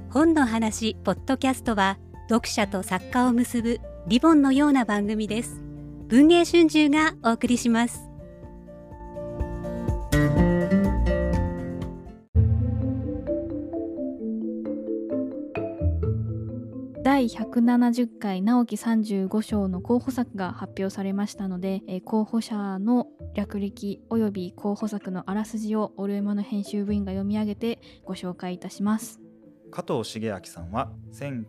本の話ポッドキャストは読者と作家を結ぶリボンのような番組です。文藝春秋がお送りします。 第170回直木35賞の候補作が発表されましたので、候補者の略歴および候補作のあらすじをオルエモの編集部員が読み上げてご紹介いたします。 加藤茂明さんは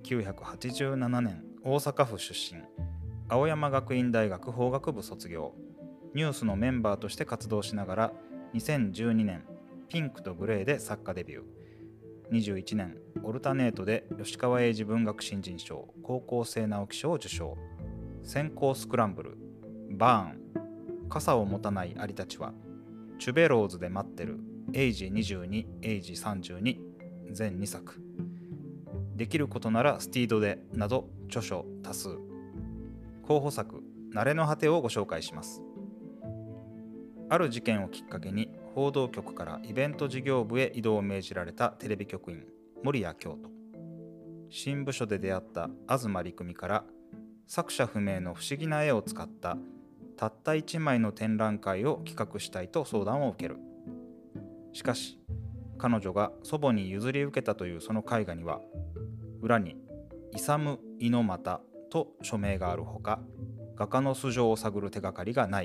1987年大阪府出身、青山学院大学法学部卒業、ニュースのメンバーとして活動しながら2012年ピンクとグレーで作家デビュー、21年オルタネートで吉川英治文学新人賞高校生直木賞を受賞、先行スクランブル、バーン、傘を持たないアリたちは、チュベローズで待ってる、エイジ22、エイジ32、全2作、できることならスティードでなど著書多数。候補作慣れの果てをご紹介します。ある事件をきっかけに報道局からイベント事業部へ異動を命じられたテレビ局員守谷京都、新部署で出会った東陸美から作者不明の不思議な絵を使ったたった1枚の展覧会を企画したいと相談を受ける。しかし彼女が祖母に譲り受けたというその絵画には、裏にイサム・イノマタと署名があるほか、画家の素性を探る手がかりがない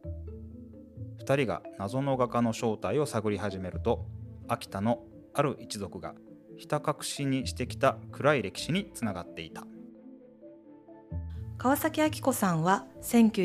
。2人が謎の画家の正体を探り始めると、秋田のある一族がひた隠しにしてきた暗い歴史につながっていた。 川崎明子さんは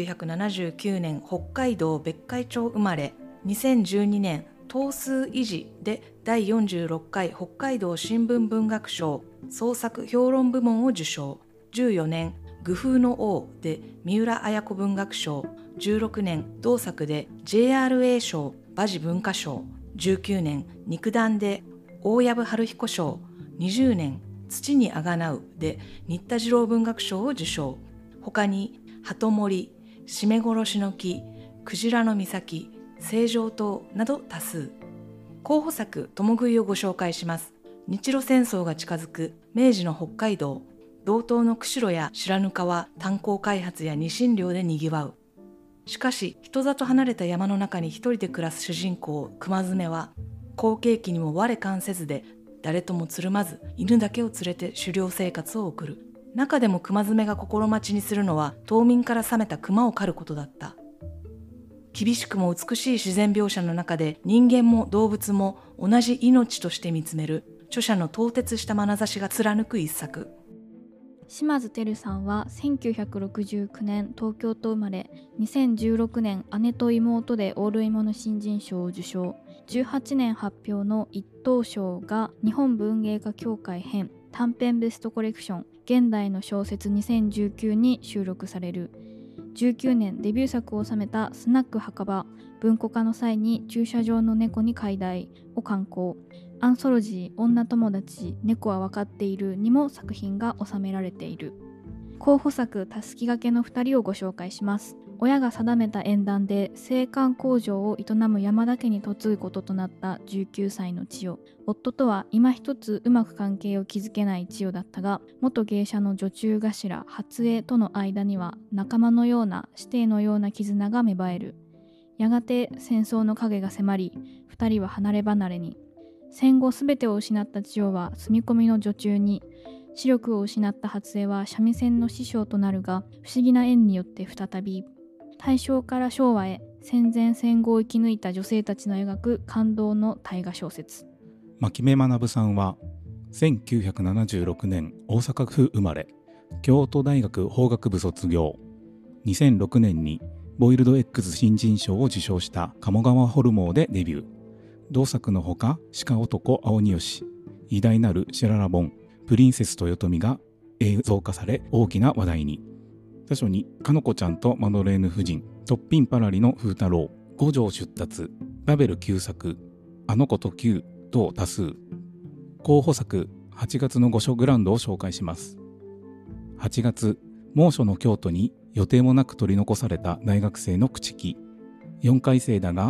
1979年北海道別海町生まれ、2012年東数維持で第46回北海道新聞文学賞創作評論部門を受賞、14年愚風の王で三浦綾子文学賞、16年同作で JRA 賞馬事文化賞、19年肉弾で大藪春彦賞、20年土にあがなうで新田次郎文学賞を受賞。他に鳩森、締め殺しの木、クジラの岬、清浄島など多数。候補作共食いをご紹介します。日露戦争が近づく明治の北海道、道東の釧路や白糠は炭鉱開発やニシン漁でにぎわう。しかし人里離れた山の中に一人で暮らす主人公熊爪は、好景気にも我関せずで誰ともつるまず犬だけを連れて狩猟生活を送る。中でも熊爪が心待ちにするのは冬眠から覚めた熊を狩ることだった。厳しくも美しい自然描写の中で人間も動物も同じ命として見つめる著者の透徹した眼差しが貫く一作。 島津輝さんは1969年東京都生まれ、2016年姉と妹でオールイモの新人賞を受賞、18年発表の一等賞が日本文芸家協会編短編ベストコレクション現代の小説2019に収録される。19年デビュー作を収めたスナック墓場文庫化の際に駐車場の猫に解題を刊行、アンソロジー女友達猫はわかっているにも作品が収められている。候補作たすきがけの2人をご紹介します。親が定めた縁談で製缶工場を営む山田家に嫁ぐこととなった19歳の千代。夫とは今一つうまく関係を築けない千代だったが、元芸者の女中頭初江との間には仲間のような師弟のような絆が芽生える。やがて戦争の影が迫り、2人は離れ離れに。戦後すべてを失った千代は住み込みの女中に、視力を失った初江は三味線の師匠となるが、不思議な縁によって再び大正から昭和へ戦前戦後を生き抜いた女性たちの描く感動の大河小説。 牧目学さんは1976年大阪府生まれ、京都大学法学部卒業、2006年にボイルド X 新人賞を受賞した鴨川ホルモーでデビュー。同作のほか鹿男青鬼吉、偉大なるシララボン、プリンセス豊臣が映像化され大きな話題に。他書にかのこちゃんとマドレーヌ夫人、トッピンパラリの風太郎、五条出立、ラベル旧作、あの子と Q 等多数。候補作8月の御所グランドを紹介します。8月、猛暑の京都に予定もなく取り残された大学生の朽木。4回生だが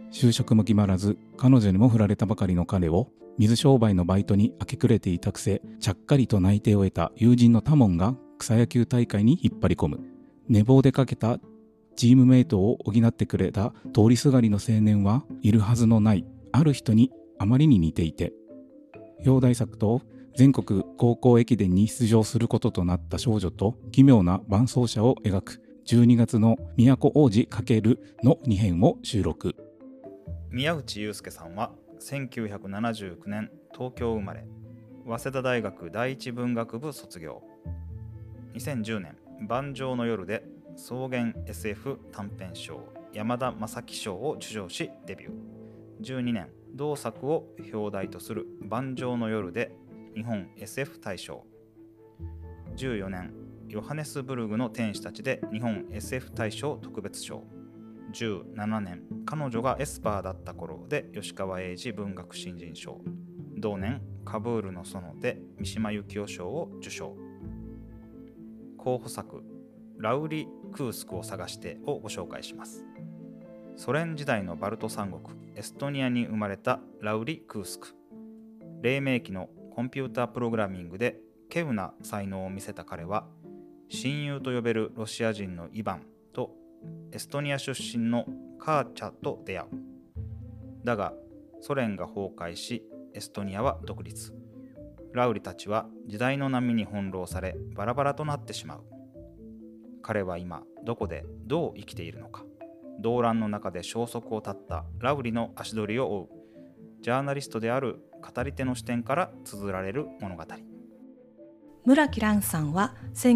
就職も決まらず彼女にも振られたばかりの彼を水商売のバイトに明け暮れていたくせ、ちゃっかりと内定を得た友人のタモンが草野球大会に引っ張り込む。寝坊でかけたチームメイトを補ってくれた通りすがりの青年はいるはずのないある人にあまりに似ていて、表題作と全国高校駅伝に出場することとなった少女と奇妙な伴走者を描く12月の都王子×の2編を収録。 宮内悠介さんは1979年東京生まれ、早稲田大学第一文学部卒業。2010年盤上の夜で草原 SF 短編賞山田正樹賞を受賞しデビュー。12年同作を表題とする盤上の夜で日本 SF 大賞。14年ヨハネスブルグの天使たちで日本 SF 大賞特別賞。17年彼女がエスパーだった頃で吉川英治文学新人賞。同年カブールの園で三島由紀夫賞を受賞。候補作ラウリ・クースクを探してをご紹介します。ソ連時代のバルト三国エストニアに生まれたラウリ・クースク。黎明期のコンピュータープログラミングで稀有な才能を見せた彼は、親友と呼べるロシア人のイヴァンとエストニア出身のカーチャと出会う。だがソ連が崩壊しエストニアは独立。ラウリたちは時代の波に翻弄されバラバラとなってしまう。彼は今どこでどう生きているのか。動乱の中で消息を絶ったラウリの足取りを追うジャーナリストである語り手の視点から綴られる物語。 村木蘭さんは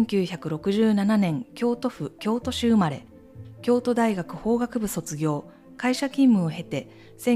1967年京都府京都市生まれ、京都大学法学部卒業、会社勤務を経て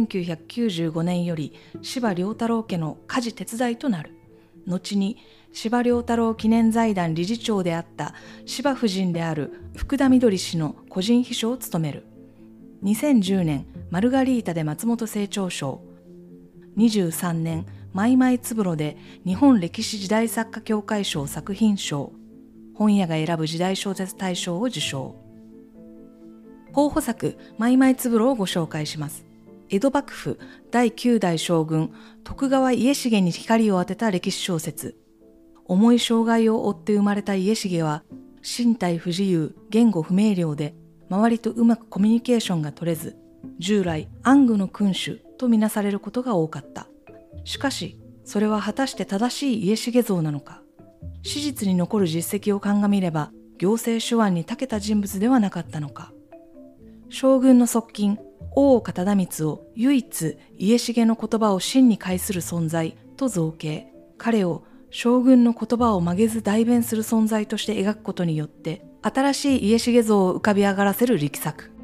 1995年より司馬遼太郎家の家事手伝いとなる。後に司馬遼太郎記念財団理事長であった司馬夫人である福田みどり氏の個人秘書を務める。2010年マルガリータで松本清張賞。23年マイマイツブロで日本歴史時代作家協会賞作品賞、本屋が選ぶ時代小説大賞を受賞。候補作マイマイツブロをご紹介します。江戸幕府第9代将軍徳川家重に光を当てた歴史小説。重い障害を負って生まれた家重は身体不自由、言語不明瞭で周りとうまくコミュニケーションが取れず、従来暗愚の君主とみなされることが多かった。しかしそれは果たして正しい家重像なのか。史実に残る実績を鑑みれば行政手腕に長けた人物ではなかったのか。将軍の側近大岡忠光を唯一家重の言葉を真に介する存在と造形、彼を将軍の言葉を曲げず代弁する存在として描くことによって新しい家重像を浮かび上がらせる力作。